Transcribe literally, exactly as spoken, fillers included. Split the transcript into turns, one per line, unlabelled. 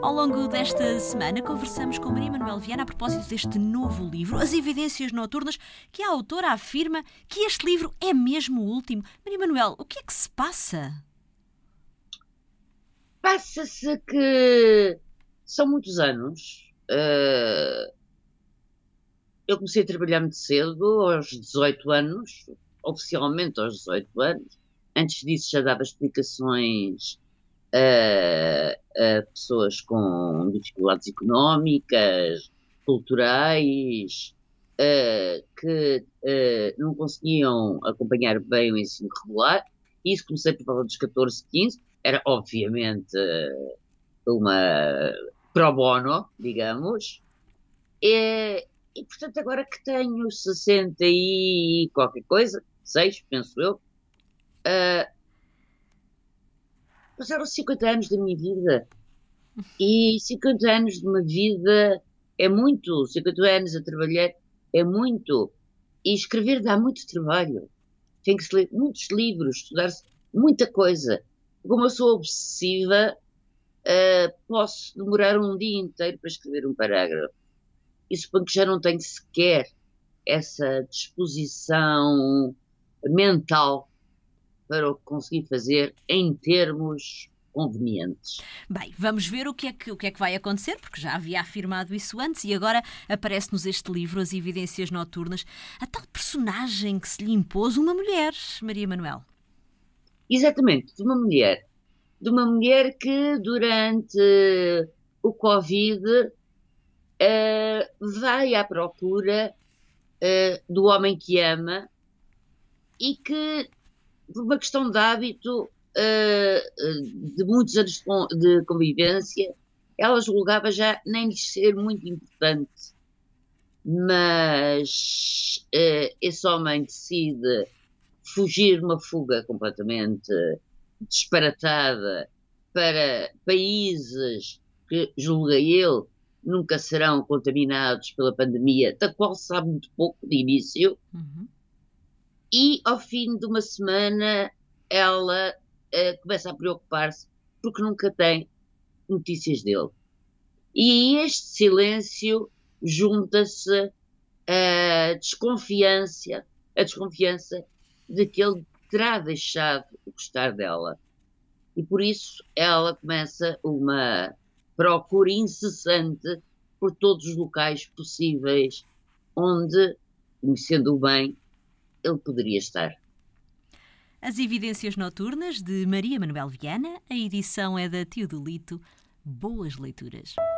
Ao longo desta semana conversamos com Maria Manuel Viana a propósito deste novo livro, As Evidências Noturnas, que a autora afirma que este livro é mesmo o último. Maria Manuel, o que é que se passa?
Passa-se que são muitos anos. Uh, eu comecei a trabalhar muito cedo, aos dezoito anos, oficialmente aos dezoito anos. Antes disso já dava explicações a, a pessoas com dificuldades económicas, culturais, uh, que uh, não conseguiam acompanhar bem o ensino regular. Isso comecei por volta dos catorze, quinze. Era, obviamente, uma pro bono, digamos. E, e, portanto, agora que tenho sessenta e qualquer coisa, seis, penso eu, uh, passaram cinquenta anos da minha vida. E cinquenta anos de uma vida é muito. cinquenta anos a trabalhar é muito. E escrever dá muito trabalho. Tem que se ler muitos livros, estudar-se muita coisa. Como eu sou obsessiva, uh, posso demorar um dia inteiro para escrever um parágrafo. E suponho que já não tenho sequer essa disposição mental para o conseguir fazer em termos convenientes.
Bem, vamos ver o que, é que, o que é que vai acontecer, porque já havia afirmado isso antes e agora aparece-nos este livro, As Evidências Noturnas. A tal personagem que se lhe impôs, uma mulher, Maria Manuel.
Exatamente, de uma mulher. De uma mulher que durante o Covid uh, vai à procura uh, do homem que ama e que, por uma questão de hábito, uh, de muitos anos de convivência, ela julgava já nem lhe ser muito importante. Mas uh, esse homem decide fugir de uma fuga completamente disparatada para países que, julga ele, nunca serão contaminados pela pandemia, da qual se sabe muito pouco de início.
Uhum.
E, ao fim de uma semana, ela uh, começa a preocupar-se porque nunca tem notícias dele. E este silêncio junta-se à desconfiança, a desconfiança de que ele terá deixado de gostar dela. E por isso ela começa uma procura incessante por todos os locais possíveis onde, conhecendo-o bem, ele poderia estar.
As Evidências Noturnas, de Maria Manuel Viana. A edição é da Teodolito. Boas leituras.